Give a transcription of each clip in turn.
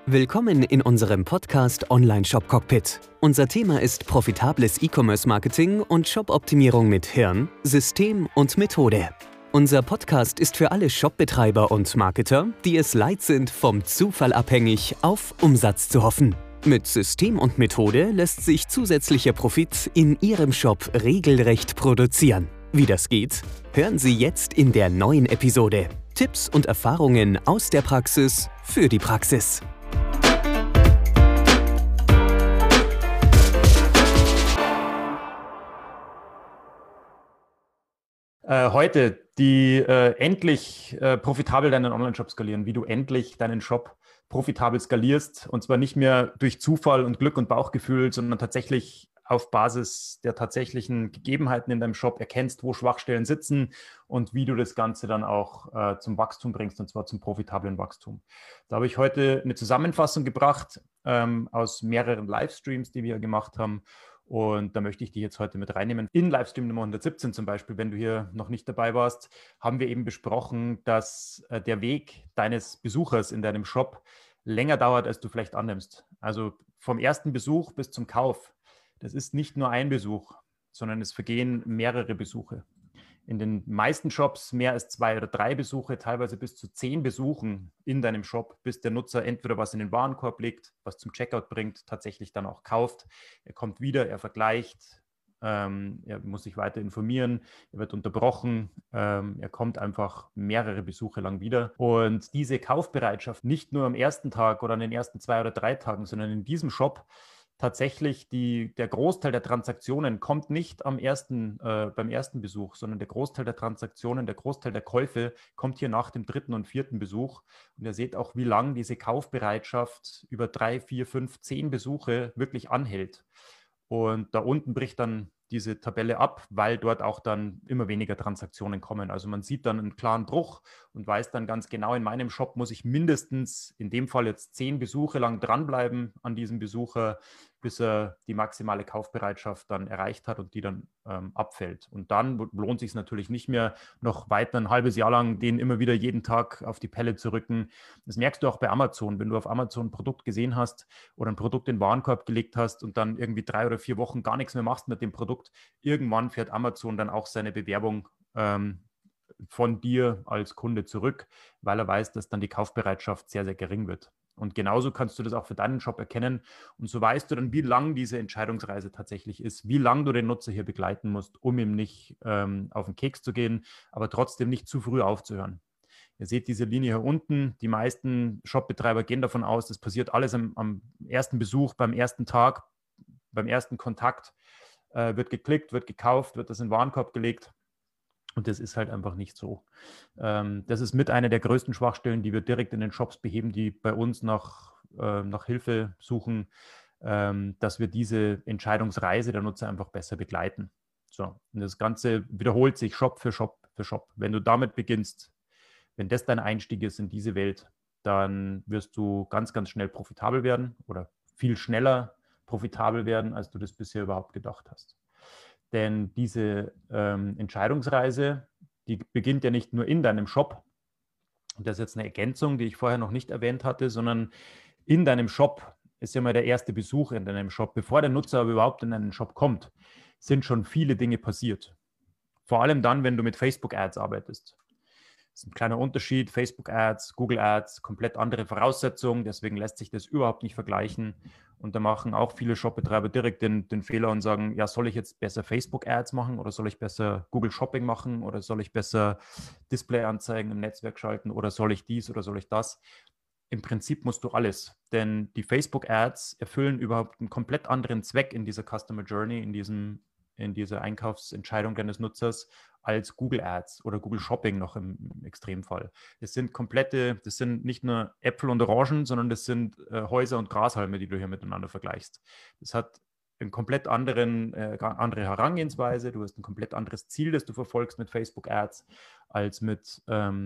Willkommen in unserem Podcast Online Shop Cockpit. Unser Thema ist profitables E-Commerce-Marketing und Shop-Optimierung mit Hirn, System und Methode. Unser Podcast ist für alle Shopbetreiber und Marketer, die es leid sind, vom Zufall abhängig auf Umsatz zu hoffen. Mit System und Methode lässt sich zusätzlicher Profit in Ihrem Shop regelrecht produzieren. Wie das geht, hören Sie jetzt in der neuen Episode. Tipps und Erfahrungen aus der Praxis für die Praxis. Heute, die endlich profitabel deinen Online-Shop skalieren, wie du endlich deinen Shop profitabel skalierst, und zwar nicht mehr durch Zufall und Glück und Bauchgefühl, sondern tatsächlich auf Basis der tatsächlichen Gegebenheiten in deinem Shop erkennst, wo Schwachstellen sitzen und wie du das Ganze dann auch zum Wachstum bringst, und zwar zum profitablen Wachstum. Da habe ich heute eine Zusammenfassung gebracht aus mehreren Livestreams, die wir gemacht haben. Und da möchte ich dich jetzt heute mit reinnehmen. In Livestream Nummer 117 zum Beispiel, wenn du hier noch nicht dabei warst, haben wir eben besprochen, dass der Weg deines Besuchers in deinem Shop länger dauert, als du vielleicht annimmst. Also vom ersten Besuch bis zum Kauf. Das ist nicht nur ein Besuch, sondern es vergehen mehrere Besuche. In den meisten Shops mehr als 2 oder 3 Besuche, teilweise bis zu 10 Besuchen in deinem Shop, bis der Nutzer entweder was in den Warenkorb legt, was zum Checkout bringt, tatsächlich dann auch kauft. Er kommt wieder, er vergleicht, er muss sich weiter informieren, er wird unterbrochen, er kommt einfach mehrere Besuche lang wieder. Und diese Kaufbereitschaft nicht nur am ersten Tag oder an den ersten 2 oder 3 Tagen, sondern in diesem Shop tatsächlich der Großteil der Transaktionen kommt nicht beim ersten Besuch, sondern der Großteil der Transaktionen, der Großteil der Käufe kommt hier nach dem 3. und 4. Besuch. Und ihr seht auch, wie lang diese Kaufbereitschaft über 3, 4, 5, 10 Besuche wirklich anhält. Und da unten bricht dann diese Tabelle ab, weil dort auch dann immer weniger Transaktionen kommen. Also man sieht dann einen klaren Bruch und weiß dann ganz genau, in meinem Shop muss ich mindestens, in dem Fall jetzt 10 Besuche lang dranbleiben an diesem Besucher, bis er die maximale Kaufbereitschaft dann erreicht hat und die dann abfällt. Und dann lohnt es sich natürlich nicht mehr, noch weiter ein halbes Jahr lang den immer wieder jeden Tag auf die Pelle zu rücken. Das merkst du auch bei Amazon. Wenn du auf Amazon ein Produkt gesehen hast oder ein Produkt in den Warenkorb gelegt hast und dann irgendwie 3 oder 4 Wochen gar nichts mehr machst mit dem Produkt, irgendwann fährt Amazon dann auch seine Bewerbung von dir als Kunde zurück, weil er weiß, dass dann die Kaufbereitschaft sehr, sehr gering wird. Und genauso kannst du das auch für deinen Shop erkennen. Und so weißt du dann, wie lang diese Entscheidungsreise tatsächlich ist, wie lang du den Nutzer hier begleiten musst, um ihm nicht auf den Keks zu gehen, aber trotzdem nicht zu früh aufzuhören. Ihr seht diese Linie hier unten. Die meisten Shopbetreiber gehen davon aus, das passiert alles am ersten Besuch, beim ersten Tag, beim ersten Kontakt. Wird geklickt, wird gekauft, wird das in den Warenkorb gelegt. Und das ist halt einfach nicht so. Das ist mit einer der größten Schwachstellen, die wir direkt in den Shops beheben, die bei uns nach Hilfe suchen, dass wir diese Entscheidungsreise der Nutzer einfach besser begleiten. So, und das Ganze wiederholt sich Shop für Shop für Shop. Wenn du damit beginnst, wenn das dein Einstieg ist in diese Welt, dann wirst du ganz, ganz schnell profitabel werden oder viel schneller profitabel werden, als du das bisher überhaupt gedacht hast. Denn diese Entscheidungsreise, die beginnt ja nicht nur in deinem Shop. Und das ist jetzt eine Ergänzung, die ich vorher noch nicht erwähnt hatte, sondern in deinem Shop ist ja mal der erste Besuch in deinem Shop. Bevor der Nutzer aber überhaupt in deinen Shop kommt, sind schon viele Dinge passiert. Vor allem dann, wenn du mit Facebook-Ads arbeitest. Das ist ein kleiner Unterschied. Facebook-Ads, Google-Ads, komplett andere Voraussetzungen. Deswegen lässt sich das überhaupt nicht vergleichen. Und da machen auch viele Shopbetreiber direkt den Fehler und sagen, ja, soll ich jetzt besser Facebook-Ads machen oder soll ich besser Google Shopping machen oder soll ich besser Display-Anzeigen im Netzwerk schalten oder soll ich dies oder soll ich das? Im Prinzip musst du alles, denn die Facebook-Ads erfüllen überhaupt einen komplett anderen Zweck in dieser Customer Journey, in dieser Einkaufsentscheidung deines Nutzers als Google Ads oder Google Shopping noch im Extremfall. Das sind nicht nur Äpfel und Orangen, sondern das sind Häuser und Grashalme, die du hier miteinander vergleichst. Das hat eine komplett andere Herangehensweise. Du hast ein komplett anderes Ziel, das du verfolgst mit Facebook Ads als mit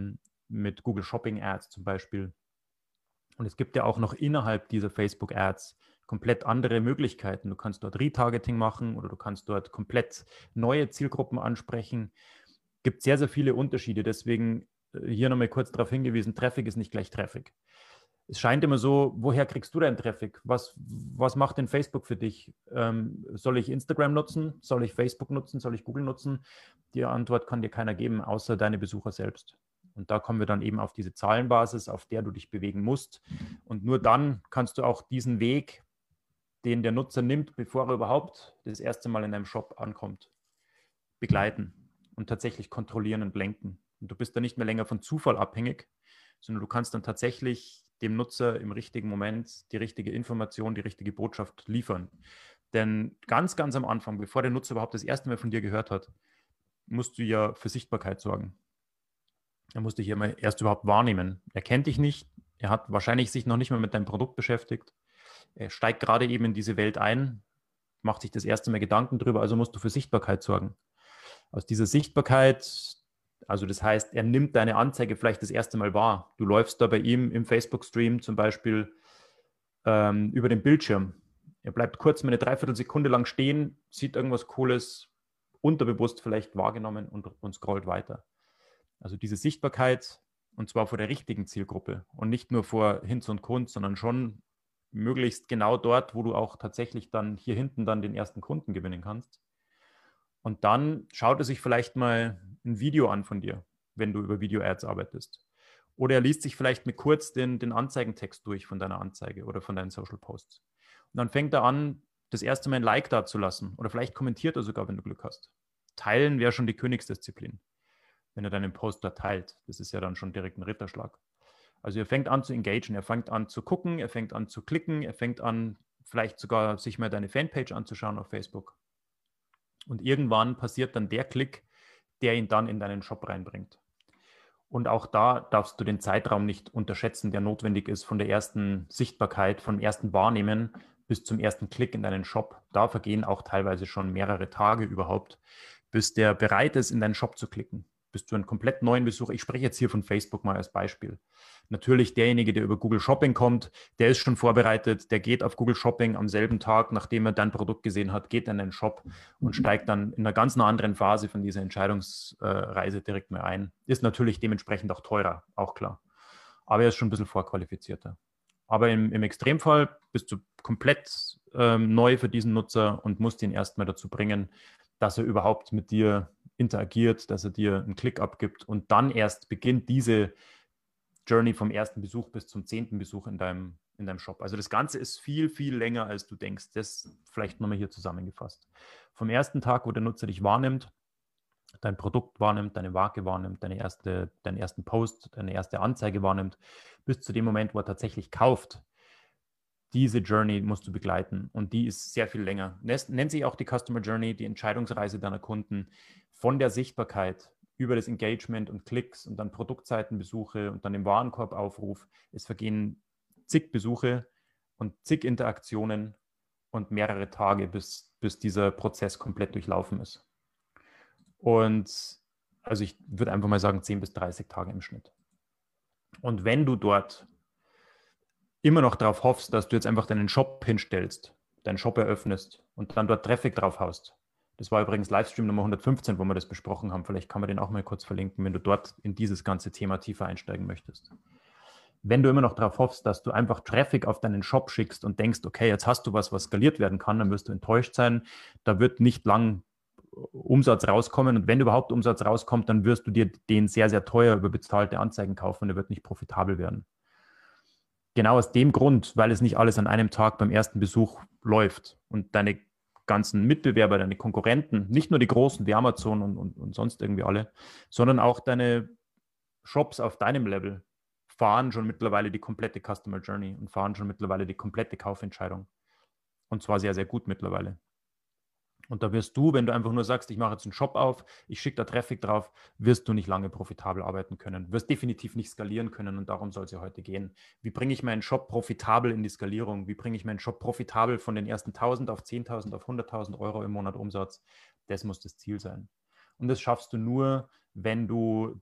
Google Shopping Ads zum Beispiel. Und es gibt ja auch noch innerhalb dieser Facebook Ads komplett andere Möglichkeiten. Du kannst dort Retargeting machen oder du kannst dort komplett neue Zielgruppen ansprechen. Es gibt sehr, sehr viele Unterschiede. Deswegen hier nochmal kurz darauf hingewiesen, Traffic ist nicht gleich Traffic. Es scheint immer so, woher kriegst du deinen Traffic? Was macht denn Facebook für dich? Soll ich Instagram nutzen? Soll ich Facebook nutzen? Soll ich Google nutzen? Die Antwort kann dir keiner geben, außer deine Besucher selbst. Und da kommen wir dann eben auf diese Zahlenbasis, auf der du dich bewegen musst. Und nur dann kannst du auch diesen Weg, den der Nutzer nimmt, bevor er überhaupt das erste Mal in deinem Shop ankommt, begleiten und tatsächlich kontrollieren und lenken. Und du bist dann nicht mehr länger von Zufall abhängig, sondern du kannst dann tatsächlich dem Nutzer im richtigen Moment die richtige Information, die richtige Botschaft liefern. Denn ganz, ganz am Anfang, bevor der Nutzer überhaupt das erste Mal von dir gehört hat, musst du ja für Sichtbarkeit sorgen. Er muss dich ja mal erst überhaupt wahrnehmen. Er kennt dich nicht, er hat wahrscheinlich sich noch nicht mal mit deinem Produkt beschäftigt. Er steigt gerade eben in diese Welt ein, macht sich das erste Mal Gedanken drüber, also musst du für Sichtbarkeit sorgen. Aus dieser Sichtbarkeit, also das heißt, er nimmt deine Anzeige vielleicht das erste Mal wahr. Du läufst da bei ihm im Facebook-Stream zum Beispiel über den Bildschirm. Er bleibt kurz mal eine Dreiviertelsekunde lang stehen, sieht irgendwas Cooles, unterbewusst vielleicht wahrgenommen und scrollt weiter. Also diese Sichtbarkeit, und zwar vor der richtigen Zielgruppe und nicht nur vor Hinz und Kunz, sondern schon möglichst genau dort, wo du auch tatsächlich dann hier hinten dann den ersten Kunden gewinnen kannst. Und dann schaut er sich vielleicht mal ein Video an von dir, wenn du über Video-Ads arbeitest. Oder er liest sich vielleicht mit kurz den Anzeigentext durch von deiner Anzeige oder von deinen Social Posts. Und dann fängt er an, das erste Mal ein Like da zu lassen. Oder vielleicht kommentiert er sogar, wenn du Glück hast. Teilen wäre schon die Königsdisziplin, wenn er deinen Post da teilt. Das ist ja dann schon direkt ein Ritterschlag. Also er fängt an zu engagieren, er fängt an zu gucken, er fängt an zu klicken, er fängt an, vielleicht sogar sich mal deine Fanpage anzuschauen auf Facebook. Und irgendwann passiert dann der Klick, der ihn dann in deinen Shop reinbringt. Und auch da darfst du den Zeitraum nicht unterschätzen, der notwendig ist von der ersten Sichtbarkeit, vom ersten Wahrnehmen bis zum ersten Klick in deinen Shop. Da vergehen auch teilweise schon mehrere Tage überhaupt, bis der bereit ist, in deinen Shop zu klicken. Bis du einen komplett neuen Besucher, ich spreche jetzt hier von Facebook mal als Beispiel. Natürlich derjenige, der über Google Shopping kommt, der ist schon vorbereitet, der geht auf Google Shopping am selben Tag, nachdem er dein Produkt gesehen hat, geht in den Shop und steigt dann in einer ganz anderen Phase von dieser Entscheidungsreise direkt mal ein. Ist natürlich dementsprechend auch teurer, auch klar. Aber er ist schon ein bisschen vorqualifizierter. Aber im Extremfall bist du komplett neu für diesen Nutzer und musst ihn erstmal dazu bringen, dass er überhaupt mit dir interagiert, dass er dir einen Klick abgibt und dann erst beginnt diese Journey vom ersten Besuch bis zum 10. Besuch in deinem Shop. Also das Ganze ist viel, viel länger, als du denkst. Das vielleicht nochmal hier zusammengefasst. Vom ersten Tag, wo der Nutzer dich wahrnimmt, dein Produkt wahrnimmt, deine Marke wahrnimmt, deinen ersten Post, deine erste Anzeige wahrnimmt, bis zu dem Moment, wo er tatsächlich kauft. Diese Journey musst du begleiten und die ist sehr viel länger. Nennt sich auch die Customer Journey, die Entscheidungsreise deiner Kunden von der Sichtbarkeit über das Engagement und Klicks und dann Produktseitenbesuche und dann den Warenkorbaufruf. Es vergehen zig Besuche und zig Interaktionen und mehrere Tage, bis dieser Prozess komplett durchlaufen ist. Und also ich würde einfach mal sagen 10 bis 30 Tage im Schnitt. Und wenn du dort immer noch darauf hoffst, dass du jetzt einfach deinen Shop hinstellst, deinen Shop eröffnest und dann dort Traffic drauf haust. Das war übrigens Livestream Nummer 115, wo wir das besprochen haben. Vielleicht kann man den auch mal kurz verlinken, wenn du dort in dieses ganze Thema tiefer einsteigen möchtest. Wenn du immer noch darauf hoffst, dass du einfach Traffic auf deinen Shop schickst und denkst, okay, jetzt hast du was skaliert werden kann, dann wirst du enttäuscht sein. Da wird nicht lang Umsatz rauskommen. Und wenn überhaupt Umsatz rauskommt, dann wirst du dir den sehr, sehr teuer über bezahlte Anzeigen kaufen und der wird nicht profitabel werden. Genau aus dem Grund, weil es nicht alles an einem Tag beim ersten Besuch läuft und deine ganzen Mitbewerber, deine Konkurrenten, nicht nur die großen wie Amazon und sonst irgendwie alle, sondern auch deine Shops auf deinem Level fahren schon mittlerweile die komplette Customer Journey und fahren schon mittlerweile die komplette Kaufentscheidung. Und zwar sehr, sehr gut mittlerweile. Und da wirst du, wenn du einfach nur sagst, ich mache jetzt einen Shop auf, ich schicke da Traffic drauf, wirst du nicht lange profitabel arbeiten können. Wirst definitiv nicht skalieren können und darum soll es ja heute gehen. Wie bringe ich meinen Shop profitabel in die Skalierung? Wie bringe ich meinen Shop profitabel von den ersten 1.000 auf 10.000 auf 100.000 Euro im Monat Umsatz? Das muss das Ziel sein. Und das schaffst du nur, wenn du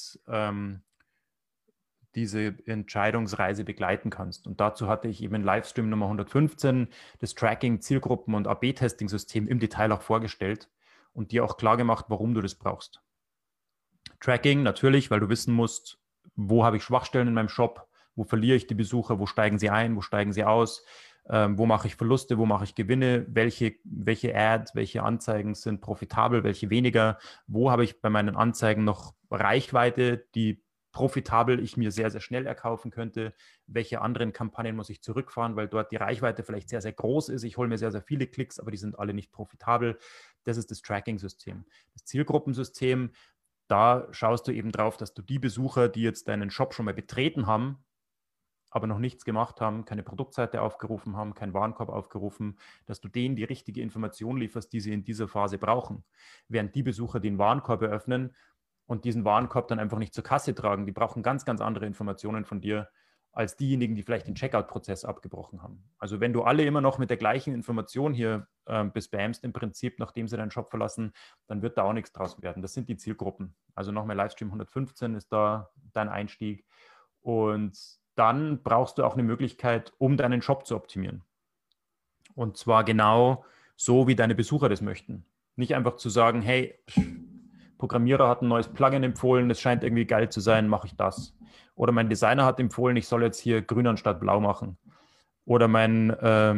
diese Entscheidungsreise begleiten kannst. Und dazu hatte ich eben in Livestream Nummer 115 das Tracking, Zielgruppen und AB-Testing-System im Detail auch vorgestellt und dir auch klar gemacht, warum du das brauchst. Tracking natürlich, weil du wissen musst, wo habe ich Schwachstellen in meinem Shop, Wo verliere ich die Besucher? Wo steigen sie ein? Wo steigen sie aus? Wo mache ich Verluste? Wo mache ich Gewinne? Welche Ads, welche Anzeigen sind profitabel? Welche weniger? Wo habe ich bei meinen Anzeigen noch Reichweite, die profitabel ich mir sehr, sehr schnell erkaufen könnte? Welche anderen Kampagnen muss ich zurückfahren, weil dort die Reichweite vielleicht sehr, sehr groß ist? Ich hole mir sehr, sehr viele Klicks, aber die sind alle nicht profitabel. Das ist das Tracking-System. Das Zielgruppensystem, da schaust du eben drauf, dass du die Besucher, die jetzt deinen Shop schon mal betreten haben, aber noch nichts gemacht haben, keine Produktseite aufgerufen haben, keinen Warenkorb aufgerufen, dass du denen die richtige Information lieferst, die sie in dieser Phase brauchen. Während die Besucher den Warenkorb eröffnen und diesen Warenkorb dann einfach nicht zur Kasse tragen, die brauchen ganz, ganz andere Informationen von dir, als diejenigen, die vielleicht den Checkout-Prozess abgebrochen haben. Also wenn du alle immer noch mit der gleichen Information hier bespammst, im Prinzip, nachdem sie deinen Shop verlassen, dann wird da auch nichts draus werden. Das sind die Zielgruppen. Also nochmal Livestream 115 ist da dein Einstieg. Und dann brauchst du auch eine Möglichkeit, um deinen Shop zu optimieren. Und zwar genau so, wie deine Besucher das möchten. Nicht einfach zu sagen, hey, Programmierer hat ein neues Plugin empfohlen, das scheint irgendwie geil zu sein, mache ich das. Oder mein Designer hat empfohlen, ich soll jetzt hier grün anstatt blau machen. Oder mein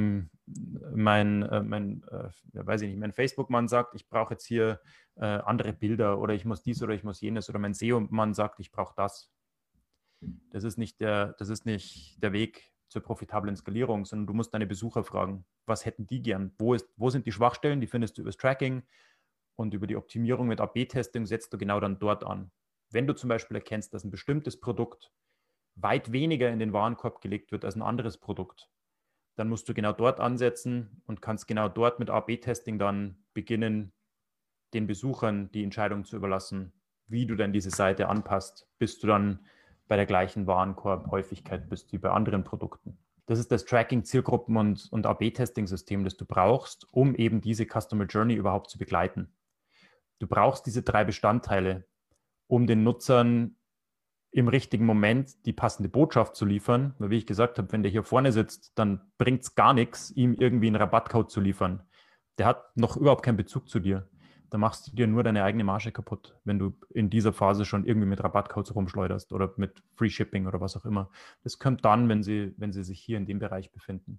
Facebook-Mann sagt, ich brauche jetzt hier andere Bilder oder ich muss dies oder ich muss jenes. Oder mein SEO-Mann sagt, ich brauche das. Das ist nicht der Weg zur profitablen Skalierung, sondern du musst deine Besucher fragen, was hätten die gern? Wo sind die Schwachstellen? Die findest du über das Tracking und über die Optimierung mit AB-Testing setzt du genau dann dort an. Wenn du zum Beispiel erkennst, dass ein bestimmtes Produkt weit weniger in den Warenkorb gelegt wird als ein anderes Produkt, dann musst du genau dort ansetzen und kannst genau dort mit AB-Testing dann beginnen, den Besuchern die Entscheidung zu überlassen, wie du dann diese Seite anpasst, bis du dann bei der gleichen Warenkorb-Häufigkeit bist wie bei anderen Produkten. Das ist das Tracking, Zielgruppen und AB-Testing-System, das du brauchst, um eben diese Customer Journey überhaupt zu begleiten. Du brauchst diese 3 Bestandteile, um den Nutzern im richtigen Moment die passende Botschaft zu liefern. Weil wie ich gesagt habe, wenn der hier vorne sitzt, dann bringt es gar nichts, ihm irgendwie einen Rabattcode zu liefern. Der hat noch überhaupt keinen Bezug zu dir. Da machst du dir nur deine eigene Marge kaputt, wenn du in dieser Phase schon irgendwie mit Rabattcodes rumschleuderst oder mit Free Shipping oder was auch immer. Das kommt dann, wenn sie sich hier in dem Bereich befinden.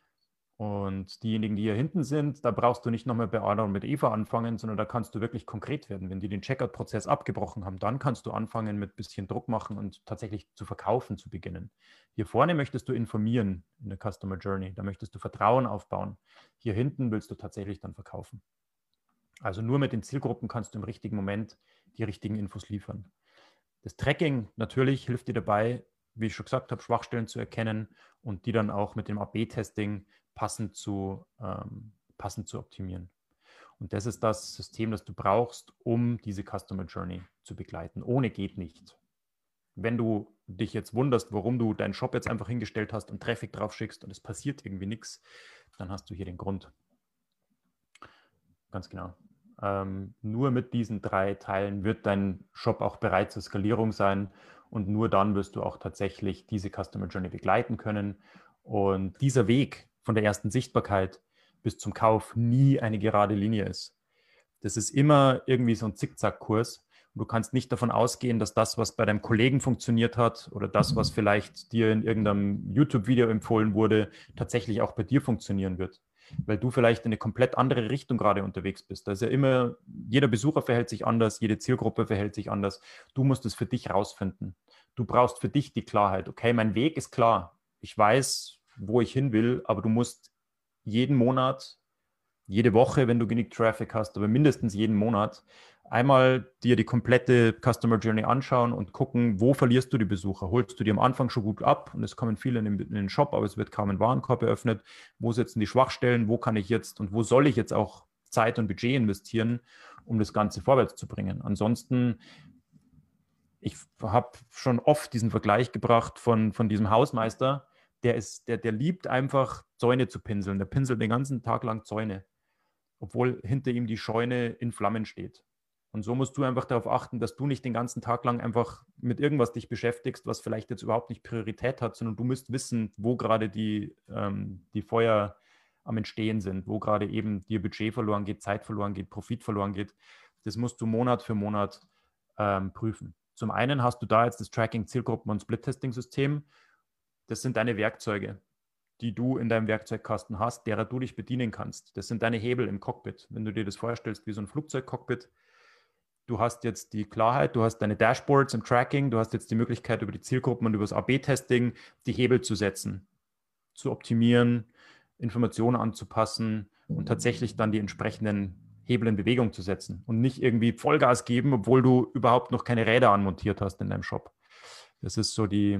Und diejenigen, die hier hinten sind, da brauchst du nicht nochmal bei Adam und mit Eva anfangen, sondern da kannst du wirklich konkret werden. Wenn die den Checkout-Prozess abgebrochen haben, dann kannst du anfangen, mit ein bisschen Druck machen und tatsächlich zu verkaufen zu beginnen. Hier vorne möchtest du informieren in der Customer Journey, da möchtest du Vertrauen aufbauen. Hier hinten willst du tatsächlich dann verkaufen. Also nur mit den Zielgruppen kannst du im richtigen Moment die richtigen Infos liefern. Das Tracking natürlich hilft dir dabei, wie ich schon gesagt habe, Schwachstellen zu erkennen und die dann auch mit dem AB-Testing passend zu optimieren. Und das ist das System, das du brauchst, um diese Customer Journey zu begleiten. Ohne geht nicht. Wenn du dich jetzt wunderst, warum du deinen Shop jetzt einfach hingestellt hast und Traffic drauf schickst und es passiert irgendwie nichts, dann hast du hier den Grund. Ganz genau. Nur mit diesen 3 Teilen wird dein Shop auch bereit zur Skalierung sein und nur dann wirst du auch tatsächlich diese Customer Journey begleiten können. Und dieser Weg von der ersten Sichtbarkeit bis zum Kauf nie eine gerade Linie ist. Das ist immer irgendwie so ein Zickzackkurs. Und du kannst nicht davon ausgehen, dass das, was bei deinem Kollegen funktioniert hat oder das, was vielleicht dir in irgendeinem YouTube-Video empfohlen wurde, tatsächlich auch bei dir funktionieren wird. Weil du vielleicht in eine komplett andere Richtung gerade unterwegs bist. Da ist ja immer, jeder Besucher verhält sich anders, jede Zielgruppe verhält sich anders. Du musst es für dich rausfinden. Du brauchst für dich die Klarheit. Okay, mein Weg ist klar. Ich weiß, wo ich hin will, aber du musst jeden Monat, jede Woche, wenn du genug Traffic hast, aber mindestens jeden Monat, einmal dir die komplette Customer Journey anschauen und gucken, wo verlierst du die Besucher? Holst du die am Anfang schon gut ab und es kommen viele in den Shop, aber es wird kaum ein Warenkorb eröffnet. Wo sitzen die Schwachstellen? Wo kann ich jetzt und wo soll ich jetzt auch Zeit und Budget investieren, um das Ganze vorwärts zu bringen? Ansonsten, ich habe schon oft diesen Vergleich gebracht von diesem Hausmeister, der liebt einfach Zäune zu pinseln. Der pinselt den ganzen Tag lang Zäune, obwohl hinter ihm die Scheune in Flammen steht. Und so musst du einfach darauf achten, dass du nicht den ganzen Tag lang einfach mit irgendwas dich beschäftigst, was vielleicht jetzt überhaupt nicht Priorität hat, sondern du musst wissen, wo gerade die Feuer am Entstehen sind, wo gerade eben dir Budget verloren geht, Zeit verloren geht, Profit verloren geht. Das musst du Monat für Monat prüfen. Zum einen hast du da jetzt das Tracking, Zielgruppen- und Split-Testing-System Das sind deine Werkzeuge, die du in deinem Werkzeugkasten hast, derer du dich bedienen kannst. Das sind deine Hebel im Cockpit. Wenn du dir das vorstellst wie so ein Flugzeugcockpit, du hast jetzt die Klarheit, du hast deine Dashboards im Tracking, du hast jetzt die Möglichkeit, über die Zielgruppen und über das AB-Testing die Hebel zu setzen, zu optimieren, Informationen anzupassen und tatsächlich dann die entsprechenden Hebel in Bewegung zu setzen und nicht irgendwie Vollgas geben, obwohl du überhaupt noch keine Räder anmontiert hast in deinem Shop. Das ist so die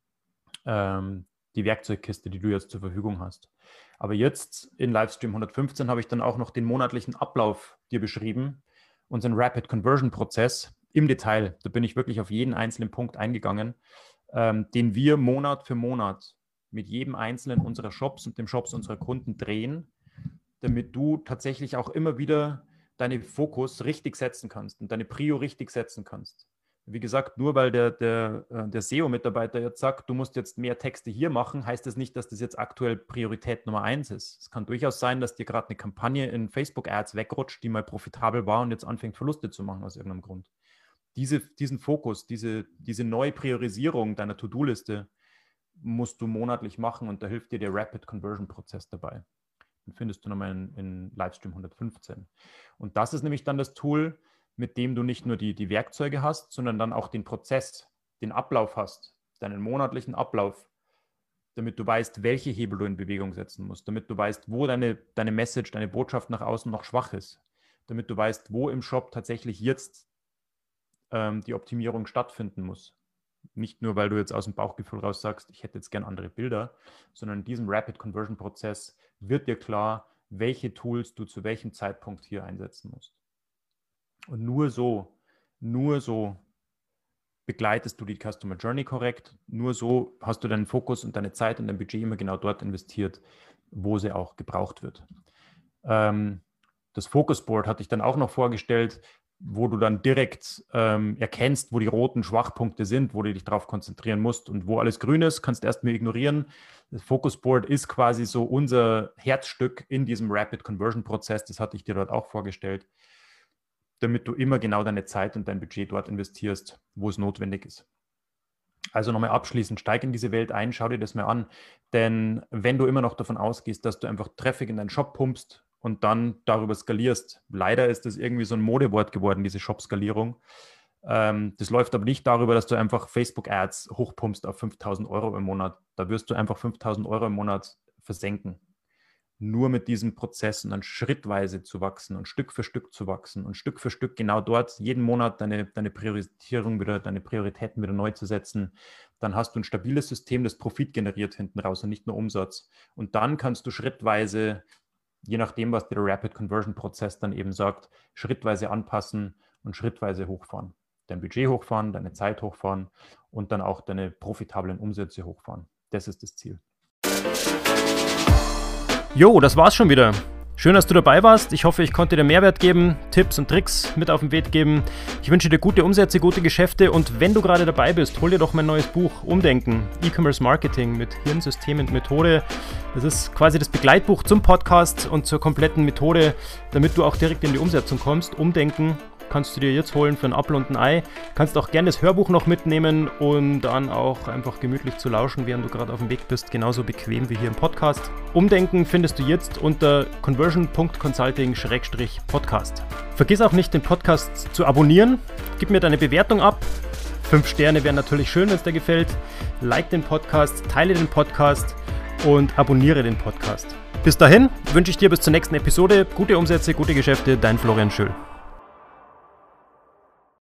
Werkzeugkiste, die du jetzt zur Verfügung hast. Aber jetzt in Livestream 115 habe ich dann auch noch den monatlichen Ablauf dir beschrieben, unseren Rapid Conversion Prozess im Detail. Da bin ich wirklich auf jeden einzelnen Punkt eingegangen, den wir Monat für Monat mit jedem einzelnen unserer Shops und dem Shops unserer Kunden drehen, damit du tatsächlich auch immer wieder deinen Fokus richtig setzen kannst und deine Prio richtig setzen kannst. Wie gesagt, nur weil der SEO-Mitarbeiter jetzt sagt, du musst jetzt mehr Texte hier machen, heißt das nicht, dass das jetzt aktuell Priorität Nummer 1 ist. Es kann durchaus sein, dass dir gerade eine Kampagne in Facebook-Ads wegrutscht, die mal profitabel war und jetzt anfängt, Verluste zu machen aus irgendeinem Grund. Diesen Fokus, diese neue Priorisierung deiner To-Do-Liste musst du monatlich machen und da hilft dir der Rapid Conversion Prozess dabei. Den findest du nochmal in Livestream 115. Und das ist nämlich dann das Tool, mit dem du nicht nur die Werkzeuge hast, sondern dann auch den Prozess, den Ablauf hast, deinen monatlichen Ablauf, damit du weißt, welche Hebel du in Bewegung setzen musst, damit du weißt, wo deine Message, deine Botschaft nach außen noch schwach ist, damit du weißt, wo im Shop tatsächlich jetzt die Optimierung stattfinden muss. Nicht nur, weil du jetzt aus dem Bauchgefühl raus sagst, ich hätte jetzt gern andere Bilder, sondern in diesem Rapid Conversion Prozess wird dir klar, welche Tools du zu welchem Zeitpunkt hier einsetzen musst. Und nur so begleitest du die Customer Journey korrekt, nur so hast du deinen Fokus und deine Zeit und dein Budget immer genau dort investiert, wo sie auch gebraucht wird. Das Focus Board hatte ich dann auch noch vorgestellt, wo du dann direkt erkennst, wo die roten Schwachpunkte sind, wo du dich darauf konzentrieren musst und wo alles grün ist, kannst du erstmal ignorieren. Das Focus Board ist quasi so unser Herzstück in diesem Rapid Conversion Prozess, das hatte ich dir dort auch vorgestellt, damit du immer genau deine Zeit und dein Budget dort investierst, wo es notwendig ist. Also nochmal abschließend, steig in diese Welt ein, schau dir das mal an, denn wenn du immer noch davon ausgehst, dass du einfach Traffic in deinen Shop pumpst und dann darüber skalierst, leider ist das irgendwie so ein Modewort geworden, diese Shop-Skalierung. Das läuft aber nicht darüber, dass du einfach Facebook-Ads hochpumpst auf 5.000 € im Monat. Da wirst du einfach 5.000 € im Monat versenken. Nur mit diesem Prozess und dann schrittweise zu wachsen und Stück für Stück zu wachsen und Stück für Stück genau dort jeden Monat deine Priorisierung wieder, deine Prioritäten wieder neu zu setzen, dann hast du ein stabiles System, das Profit generiert hinten raus und nicht nur Umsatz. Und dann kannst du schrittweise, je nachdem, was der Rapid Conversion Prozess dann eben sagt, schrittweise anpassen und schrittweise hochfahren. Dein Budget hochfahren, deine Zeit hochfahren und dann auch deine profitablen Umsätze hochfahren. Das ist das Ziel. Jo, das war's schon wieder. Schön, dass du dabei warst. Ich hoffe, ich konnte dir Mehrwert geben, Tipps und Tricks mit auf den Weg geben. Ich wünsche dir gute Umsätze, gute Geschäfte und wenn du gerade dabei bist, hol dir doch mein neues Buch Umdenken, E-Commerce Marketing mit Hirn, System und Methode. Das ist quasi das Begleitbuch zum Podcast und zur kompletten Methode, damit du auch direkt in die Umsetzung kommst. Umdenken kannst du dir jetzt holen für ein Apfel und ein Ei. Kannst auch gerne das Hörbuch noch mitnehmen und dann auch einfach gemütlich zu lauschen, während du gerade auf dem Weg bist. Genauso bequem wie hier im Podcast. Umdenken findest du jetzt unter conversion.consulting/podcast. Vergiss auch nicht, den Podcast zu abonnieren. Gib mir deine Bewertung ab. 5 Sterne wären natürlich schön, wenn es dir gefällt. Like den Podcast, teile den Podcast und abonniere den Podcast. Bis dahin wünsche ich dir bis zur nächsten Episode gute Umsätze, gute Geschäfte. Dein Florian Schöll.